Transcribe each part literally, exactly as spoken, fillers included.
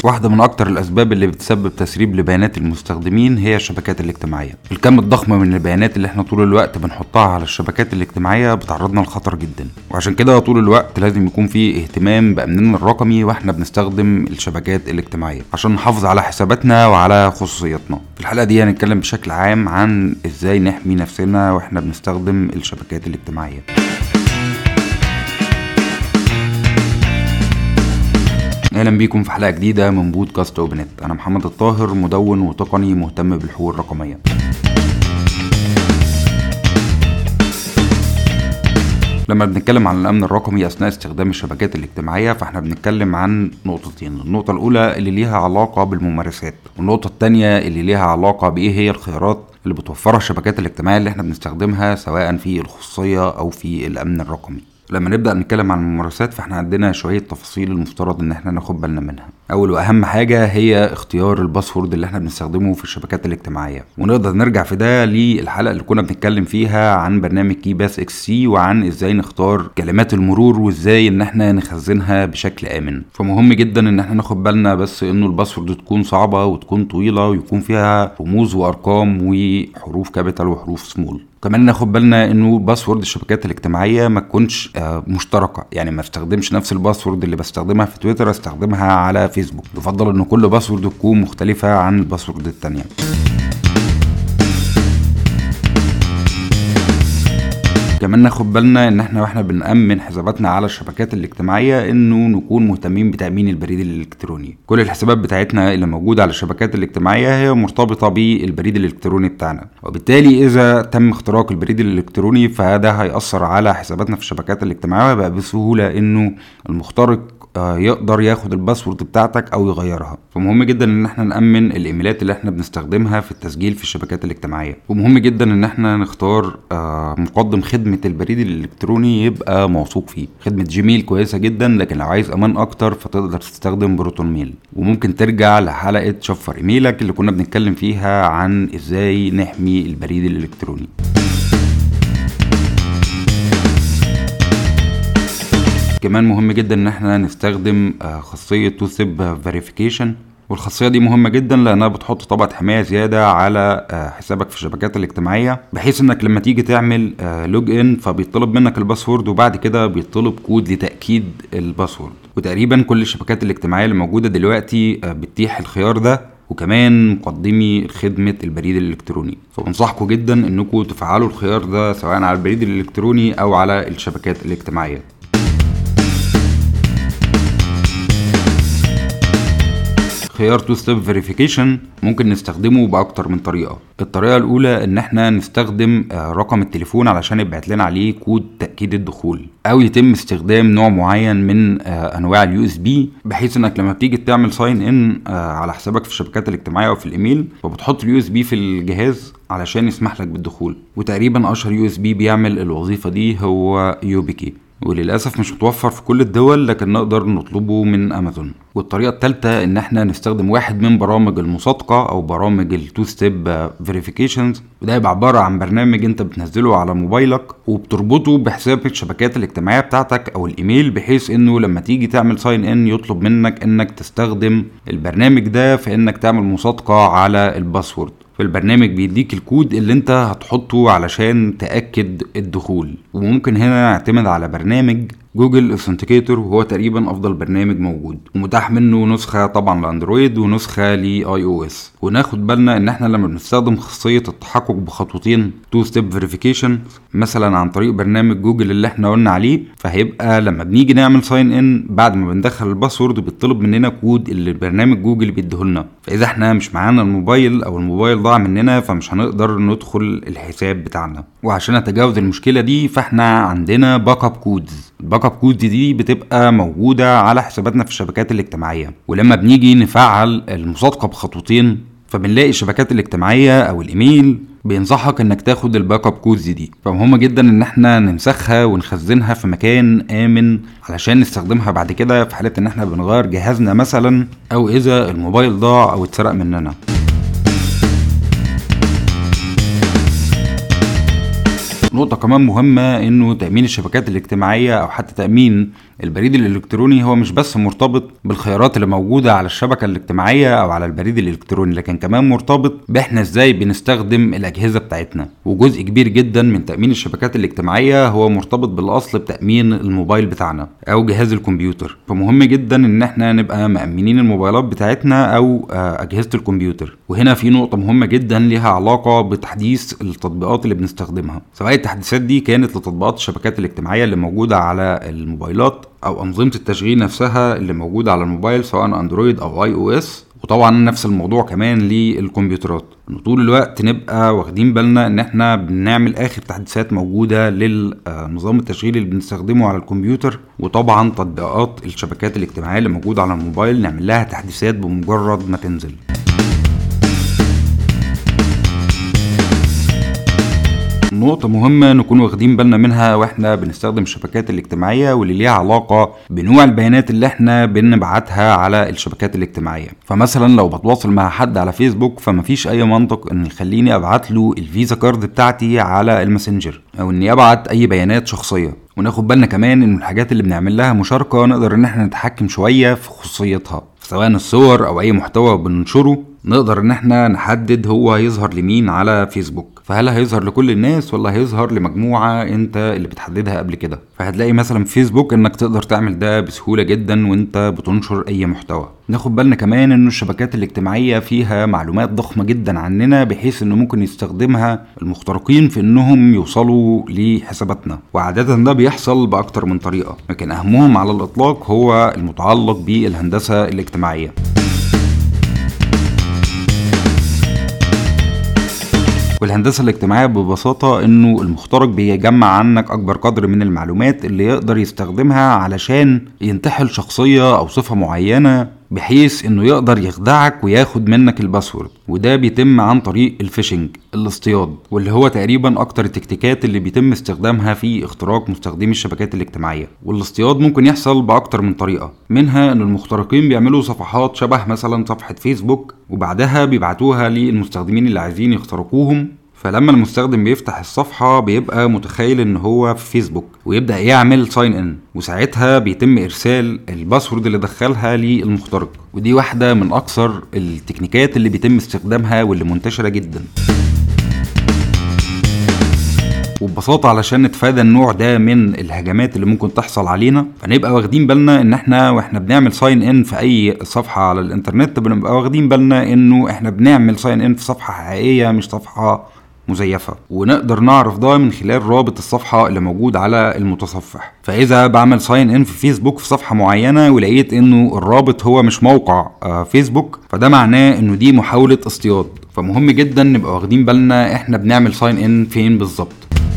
واحدة من أكتر الأسباب اللي بتسبب تسريب لبيانات المستخدمين هي الشبكات الاجتماعية. الكم الضخم من البيانات اللي احنا طول الوقت بنحطها على الشبكات الاجتماعية بتعرضنا لخطر جدا، وعشان كده طول الوقت لازم يكون في اهتمام بأمننا الرقمي واحنا بنستخدم الشبكات الاجتماعية عشان نحافظ على حساباتنا وعلى خصوصيتنا. في الحلقة دي هنتكلم بشكل عام عن ازاي نحمي نفسنا واحنا بنستخدم الشبكات الاجتماعية. اهلا بيكم في حلقة جديدة من بودكاست اوبنت. انا محمد الطاهر، مدون وتقني مهتم بالحقوق الرقمية. لما بنتكلم عن الامن الرقمي اثناء استخدام الشبكات الاجتماعية فاحنا بنتكلم عن نقطتين. النقطة الاولى اللي ليها علاقة بالممارسات، والنقطة التانية اللي ليها علاقة بايه هي الخيارات اللي بتوفرها الشبكات الاجتماعية اللي احنا بنستخدمها سواء في الخصوصية او في الامن الرقمي. لما نبدأ نتكلم عن الممارسات فاحنا عندنا شوية تفاصيل المفترض ان احنا ناخد بالنا منها. اول واهم حاجة هي اختيار الباسورد اللي احنا بنستخدمه في الشبكات الاجتماعية، ونقدر نرجع في ده للحلقة اللي كنا بنتكلم فيها عن برنامج كي باس اكس سي وعن ازاي نختار كلمات المرور وازاي ان احنا نخزنها بشكل امن. فمهم جدا ان احنا ناخد بالنا بس انه الباسورد تكون صعبة وتكون طويلة ويكون فيها رموز وارقام وحروف كابيتال وحروف سمول. كمان ناخد بالنا انه باسورد الشبكات الاجتماعيه ما تكونش آه مشتركه، يعني ما استخدمش نفس الباسورد اللي بستخدمها في تويتر استخدمها على فيسبوك. يفضل ان كل باسورد تكون مختلفه عن الباسورد التانية. كمان ناخد بالنا ان احنا واحنا بنأمن حساباتنا على الشبكات الاجتماعية انه نكون مهتمين بتأمين البريد الالكتروني. كل الحسابات بتاعتنا اللي موجودة على الشبكات الاجتماعية هي مرتبطة بالبريد الالكتروني بتاعنا، وبالتالي اذا تم اختراق البريد الالكتروني فهذا هيأثر على حساباتنا في الشبكات الاجتماعية، ويبقى بسهولة انه المخترق يقدر ياخد الباسورد بتاعتك او يغيرها. فمهم جدا ان احنا نأمن الايميلات اللي احنا بنستخدمها في التسجيل في الشبكات الاجتماعية، ومهم جدا ان احنا نختار مقدم خدمة البريد الالكتروني يبقى موثوق فيه. خدمة جيميل كويسة جدا، لكن لو عايز امان اكتر فتقدر تستخدم بروتون ميل. وممكن ترجع لحلقة شفر ايميلك اللي كنا بنتكلم فيها عن ازاي نحمي البريد الالكتروني. كمان مهم جدا ان احنا نستخدم خاصية تو ستيب فيريفيكيشن، والخاصية دي مهمة جدا لانها بتحط طبقة حماية زيادة على حسابك في الشبكات الاجتماعية، بحيث انك لما تيجي تعمل لوج ان فبيطلب منك الباسورد وبعد كده بيطلب كود لتأكيد الباسورد. وتقريبا كل الشبكات الاجتماعية اللي موجودة دلوقتي بتتيح الخيار ده، وكمان مقدمي خدمة البريد الالكتروني. فبنصحكم جدا انكم تفعلوا الخيار ده سواء على البريد الالكتروني او على الشبكات الاجتماعية. خيار تو ستيب فيريفيكيشن ممكن نستخدمه باكتر من طريقه. الطريقه الاولى ان احنا نستخدم رقم التليفون علشان يبعت لنا عليه كود تاكيد الدخول، او يتم استخدام نوع معين من انواع اليو اس بي، بحيث انك لما بتيجي تعمل ساين ان على حسابك في الشبكات الاجتماعيه او في الايميل فبتحط اليو اس بي في الجهاز علشان يسمح لك بالدخول. وتقريبا اشهر يو اس بي بيعمل الوظيفه دي هو يوبيكي، وللأسف مش متوفر في كل الدول لكن نقدر نطلبه من أمازون. والطريقة الثالثة إن احنا نستخدم واحد من برامج المصادقة أو برامج التو ستيب فيريفيكيشنز، وده يبقى عبارة عن برنامج انت بتنزله على موبايلك وبتربطه بحساب الشبكات الاجتماعية بتاعتك أو الإيميل، بحيث إنه لما تيجي تعمل ساين إن يطلب منك إنك تستخدم البرنامج ده في إنك تعمل مصادقة على الباسورد. فالبرنامج بيديك الكود اللي انت هتحطه علشان تأكد الدخول. وممكن هنا نعتمد على برنامج جوجل اوثنتيكيتور، وهو تقريبا افضل برنامج موجود، ومتاح منه نسخة طبعا لاندرويد ونسخة لاي او اس. وناخد بالنا ان احنا لما بنستخدم خاصية التحقق بخطوتين تو ستيب فيريفيكيشن مثلا عن طريق برنامج جوجل اللي احنا قلنا عليه، فهيبقى لما بنيجي نعمل ساين ان بعد ما بندخل الباسورد بيطلب مننا كود اللي برنامج جوجل بيديهولنا. فاذا احنا مش معانا الموبايل او الموبايل ضاع مننا فمش هنقدر ندخل الحساب بتاعنا. وعشان نتجاوز المشكلة دي فاحنا عندنا باك اب كودز. الباك اب كود دي بتبقى موجودة على حساباتنا في الشبكات الاجتماعية، ولما بنيجي نفعل المصادقة بخطوتين فبنلاقي الشبكات الاجتماعية او الايميل بينصحك انك تاخد الباك اب كودز دي. فمهم جدا ان احنا ننسخها ونخزنها في مكان امن علشان نستخدمها بعد كده في حالة ان احنا بنغير جهازنا مثلا، او اذا الموبايل ضاع او اتسرق مننا. نقطة كمان مهمة انه تأمين الشبكات الاجتماعية او حتى تأمين البريد الالكتروني هو مش بس مرتبط بالخيارات اللي موجودة على الشبكة الاجتماعية او على البريد الالكتروني، لكن كمان مرتبط باحنا ازاي بنستخدم الاجهزة بتاعتنا. وجزء كبير جدا من تأمين الشبكات الاجتماعية هو مرتبط بالاصل بتأمين الموبايل بتاعنا او جهاز الكمبيوتر. فمهم جدا ان احنا نبقى مأمنين الموبايلات بتاعتنا او اجهزة الكمبيوتر. وهنا في نقطة مهمة جدا ليها علاقة بتحديث التطبيقات اللي بنستخدمها، سواء التحديثات دي كانت لتطبيقات الشبكات الاجتماعية اللي موجودة على الموبايلات او انظمة التشغيل نفسها اللي موجودة على الموبايل سواء اندرويد او اي او اس. وطبعا نفس الموضوع كمان للكمبيوترات، ان طول الوقت نبقى واخدين بالنا ان احنا بنعمل اخر تحديثات موجودة للنظام التشغيل اللي بنستخدمه على الكمبيوتر. وطبعا تطبيقات الشبكات الاجتماعية اللي موجودة على الموبايل نعمل لها تحديثات بمجرد ما تنزل. نقطة مهمة نكون واخدين بالنا منها واحنا بنستخدم الشبكات الاجتماعية واللي ليها علاقة بنوع البيانات اللي احنا بنبعتها على الشبكات الاجتماعية. فمثلا لو بتواصل مع حد على فيسبوك فمفيش اي منطق ان يخليني ابعت له الفيزا كارد بتاعتي على الماسنجر او اني ابعت اي بيانات شخصية. وناخد بالنا كمان ان الحاجات اللي بنعمل لها مشاركة نقدر ان احنا نتحكم شوية في خصوصيتها، سواء الصور او اي محتوى بننشره نقدر ان احنا نحدد هو هيظهر لمين على فيسبوك. فهل هيظهر لكل الناس ولا هيظهر لمجموعة انت اللي بتحددها قبل كده؟ فهتلاقي مثلا في فيسبوك انك تقدر تعمل ده بسهولة جدا وانت بتنشر اي محتوى. ناخد بالنا كمان ان الشبكات الاجتماعية فيها معلومات ضخمة جدا عننا، بحيث انه ممكن يستخدمها المخترقين في انهم يوصلوا لحساباتنا. وعادة ده بيحصل باكتر من طريقة، لكن اهمهم على الاطلاق هو المتعلق بالهندسة الاجتماعية. والهندسة الاجتماعية ببساطة انه المخترق بيجمع عنك اكبر قدر من المعلومات اللي يقدر يستخدمها علشان ينتحل شخصية او صفة معينة، بحيث انه يقدر يخدعك وياخد منك الباسورد. وده بيتم عن طريق الفيشنج، الاصطياد، واللي هو تقريبا اكتر التكتيكات اللي بيتم استخدامها في اختراق مستخدمي الشبكات الاجتماعية. والاصطياد ممكن يحصل باكتر من طريقة، منها ان المخترقين بيعملوا صفحات شبه مثلا صفحة فيسبوك وبعدها بيبعتوها للمستخدمين اللي عايزين يخترقوهم. فلما المستخدم بيفتح الصفحة بيبقى متخيل ان هو في فيسبوك ويبدأ يعمل ساين ان، وساعتها بيتم ارسال الباسورد اللي دخلها للمخترق. ودي واحدة من اكثر التكنيكات اللي بيتم استخدامها واللي منتشرة جدا. وببساطة علشان نتفادى النوع ده من الهجمات اللي ممكن تحصل علينا، فنبقى واخدين بالنا ان احنا واحنا بنعمل ساين ان في اي صفحة على الانترنت بنبقى واخدين بالنا انه احنا بنعمل ساين ان في صفحة حقيقية مش صفحة مزيفة. ونقدر نعرف ده من خلال رابط الصفحة اللي موجود على المتصفح. فاذا بعمل ساين ان في فيسبوك في صفحة معينة ولقيت انه الرابط هو مش موقع آه فيسبوك، فده معناه انه دي محاولة اصطياد. فمهم جدا نبقى واخدين بالنا احنا بنعمل ساين ان فين بالظبط.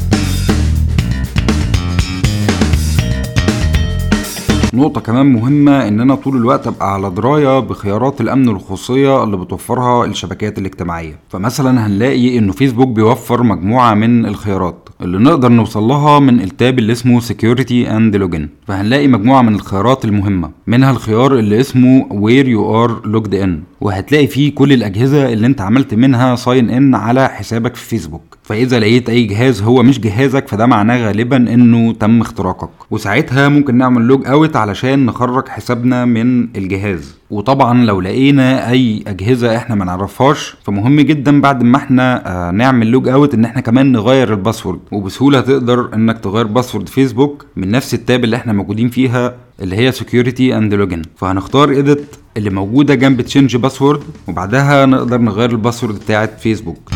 نقطة كمان مهمة ان انا طول الوقت ابقى على دراية بخيارات الامن والخصوصية اللي بتوفرها الشبكات الاجتماعية. فمثلا هنلاقي انه فيسبوك بيوفر مجموعة من الخيارات اللي نقدر نوصل لها من التاب اللي اسمه Security and Login. فهنلاقي مجموعة من الخيارات المهمة، منها الخيار اللي اسمه Where you are logged in، وهتلاقي فيه كل الاجهزة اللي انت عملت منها ساين ان على حسابك في فيسبوك. فاذا لقيت اي جهاز هو مش جهازك فده معناه غالبا انه تم اختراقك، وساعتها ممكن نعمل لوج اوت علشان نخرج حسابنا من الجهاز. وطبعا لو لقينا اي اجهزة احنا ما نعرفهاش فمهم جدا بعد ما احنا آه نعمل لوج اوت ان احنا كمان نغير الباسورد. وبسهولة تقدر انك تغير باسورد فيسبوك من نفس التاب اللي احنا موجودين فيها اللي هي Security and Login. فهنختار edit اللي موجودة جنب change باسورد، وبعدها نقدر نغير الباسورد بتاعت فيسبوك.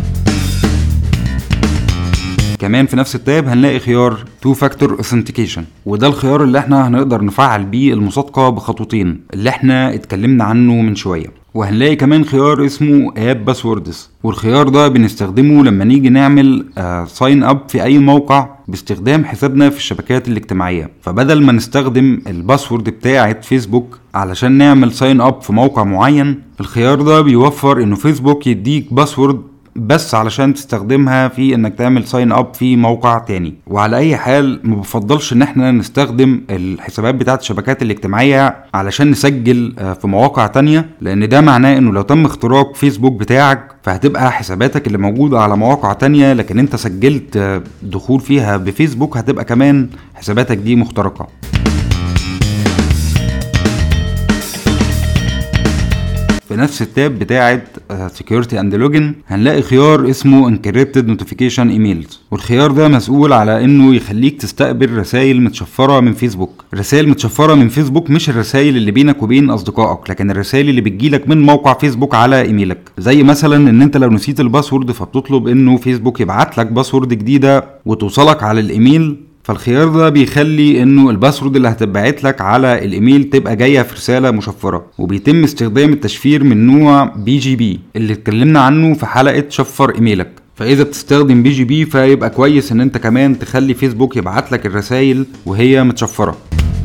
كمان في نفس التاب هنلاقي خيار تو فاكتور اوثنتيكيشن، وده الخيار اللي احنا هنقدر نفعل بيه المصادقة بخطوتين اللي احنا اتكلمنا عنه من شوية. وهنلاقي كمان خيار اسمه اب باسوردز، والخيار ده بنستخدمه لما نيجي نعمل ساين اب في اي موقع باستخدام حسابنا في الشبكات الاجتماعية. فبدل ما نستخدم الباسورد بتاعة فيسبوك علشان نعمل ساين اب في موقع معين، الخيار ده بيوفر انه فيسبوك يديك باسورد بس علشان تستخدمها في انك تعمل ساين اب في موقع تاني. وعلى اي حال ما بفضلش ان احنا نستخدم الحسابات بتاعت الشبكات الاجتماعية علشان نسجل في مواقع تانية، لان ده معناه انه لو تم اختراق فيسبوك بتاعك فهتبقى حساباتك اللي موجودة على مواقع تانية لكن انت سجلت دخول فيها بفيسبوك هتبقى كمان حساباتك دي مخترقة. في نفس التاب بتاعه سكيورتي اند لوجن هنلاقي خيار اسمه انكريبتد نوتيفيكيشن ايميلز، والخيار ده مسؤول على انه يخليك تستقبل رسائل متشفره من فيسبوك. رسائل متشفره من فيسبوك مش الرسائل اللي بينك وبين اصدقائك، لكن الرسائل اللي بتجيلك من موقع فيسبوك على ايميلك. زي مثلا ان انت لو نسيت الباسورد فبتطلب انه فيسبوك يبعت لك باسورد جديده وتوصلك على الايميل، فالخيار ده بيخلي انه الباسورد اللي هتبعت لك على الايميل تبقى جايه في رساله مشفره. وبيتم استخدام التشفير من نوع بي جي بي اللي اتكلمنا عنه في حلقه شفر ايميلك. فاذا بتستخدم بي جي بي فيبقى كويس ان انت كمان تخلي فيسبوك يبعت لك الرسائل وهي متشفره.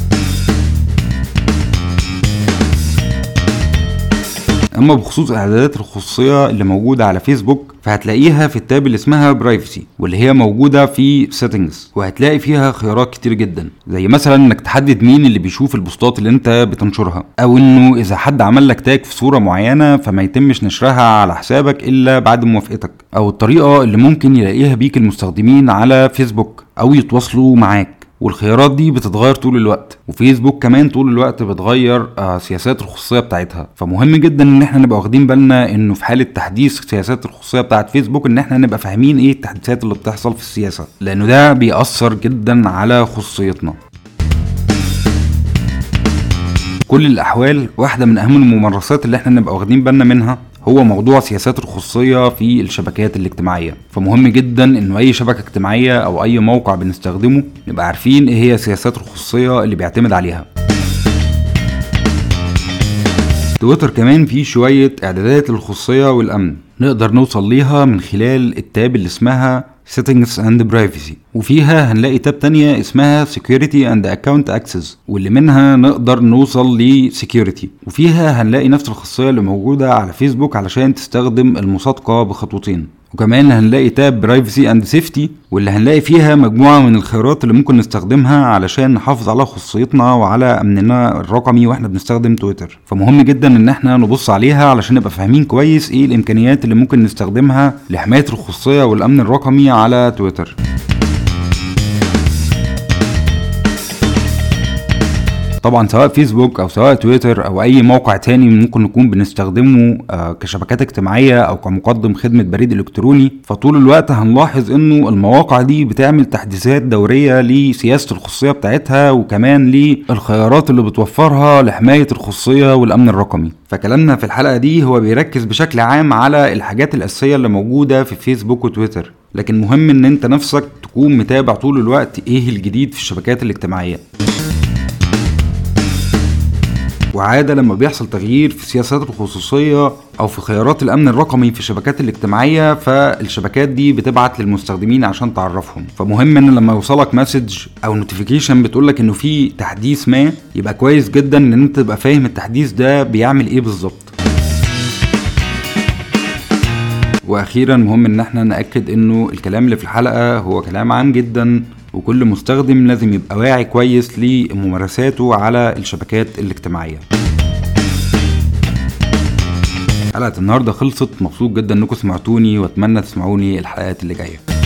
اما بخصوص اعدادات الخصوصيه اللي موجوده على فيسبوك فهتلاقيها في التاب اللي اسمها برايفسي، واللي هي موجوده في سيتنجز، وهتلاقي فيها خيارات كتير جدا، زي مثلا انك تحدد مين اللي بيشوف البوستات اللي انت بتنشرها، او انه اذا حد عمل لك تاج في صوره معينه فما يتمش نشرها على حسابك الا بعد موافقتك، او الطريقه اللي ممكن يلاقيها بيك المستخدمين على فيسبوك او يتواصلوا معاك. والخيارات دي بتتغير طول الوقت، وفيسبوك كمان طول الوقت بتغير آه سياسات الخصوصيه بتاعتها. فمهم جدا ان احنا نبقى واخدين بالنا انه في حاله تحديث سياسات الخصوصيه بتاعت فيسبوك ان احنا نبقى فاهمين ايه التحديثات اللي بتحصل في السياسه، لانه ده بيأثر جدا على خصوصيتنا. كل الاحوال واحده من اهم الممارسات اللي احنا نبقى واخدين بالنا منها هو موضوع سياسات الخصوصية في الشبكات الاجتماعية. فمهم جدا انه اي شبكة اجتماعية او اي موقع بنستخدمه نبقى عارفين ايه هي سياسات الخصوصية اللي بيعتمد عليها. تويتر كمان فيه شوية اعدادات للخصوصية والامن نقدر نوصل ليها من خلال التاب اللي اسمها Settings and Privacy، وفيها هنلاقي تاب تانية اسمها Security and Account Access، واللي منها نقدر نوصل ل Security، وفيها هنلاقي نفس الخاصية اللي موجودة على فيسبوك علشان تستخدم المصادقة بخطوتين. وكمان هنلاقي تاب Privacy and Safety، واللي هنلاقي فيها مجموعة من الخيارات اللي ممكن نستخدمها علشان نحافظ على خصوصيتنا وعلى امننا الرقمي واحنا بنستخدم تويتر. فمهم جدا ان احنا نبص عليها علشان نبقى فاهمين كويس ايه الامكانيات اللي ممكن نستخدمها لحماية الخصوصية والامن الرقمي على تويتر. طبعا سواء فيسبوك او سواء تويتر او اي موقع تاني ممكن نكون بنستخدمه آه كشبكات اجتماعية او كمقدم خدمة بريد الكتروني، فطول الوقت هنلاحظ انه المواقع دي بتعمل تحديثات دورية لسياسة الخصوصية بتاعتها، وكمان للخيارات اللي بتوفرها لحماية الخصوصية والامن الرقمي. فكلامنا في الحلقة دي هو بيركز بشكل عام على الحاجات الاساسية اللي موجودة في فيسبوك وتويتر، لكن مهم ان انت نفسك تكون متابع طول الوقت ايه الجديد في الشبكات الاجتماعية. وعادة لما بيحصل تغيير في سياسات الخصوصية او في خيارات الامن الرقمي في الشبكات الاجتماعية فالشبكات دي بتبعت للمستخدمين عشان تعرفهم. فمهم ان لما يوصلك مسج او نوتيفيكيشن بتقولك انه في تحديث ما، يبقى كويس جدا ان انت تبقى فاهم التحديث ده بيعمل ايه بالظبط. واخيرا مهم ان احنا نأكد انه الكلام اللي في الحلقة هو كلام عام جدا، وكل مستخدم لازم يبقى واعي كويس لممارساته على الشبكات الاجتماعية. حلقة النهاردة خلصت، مبسوط جدا انكم سمعتوني واتمنى تسمعوني الحلقات اللي جاية.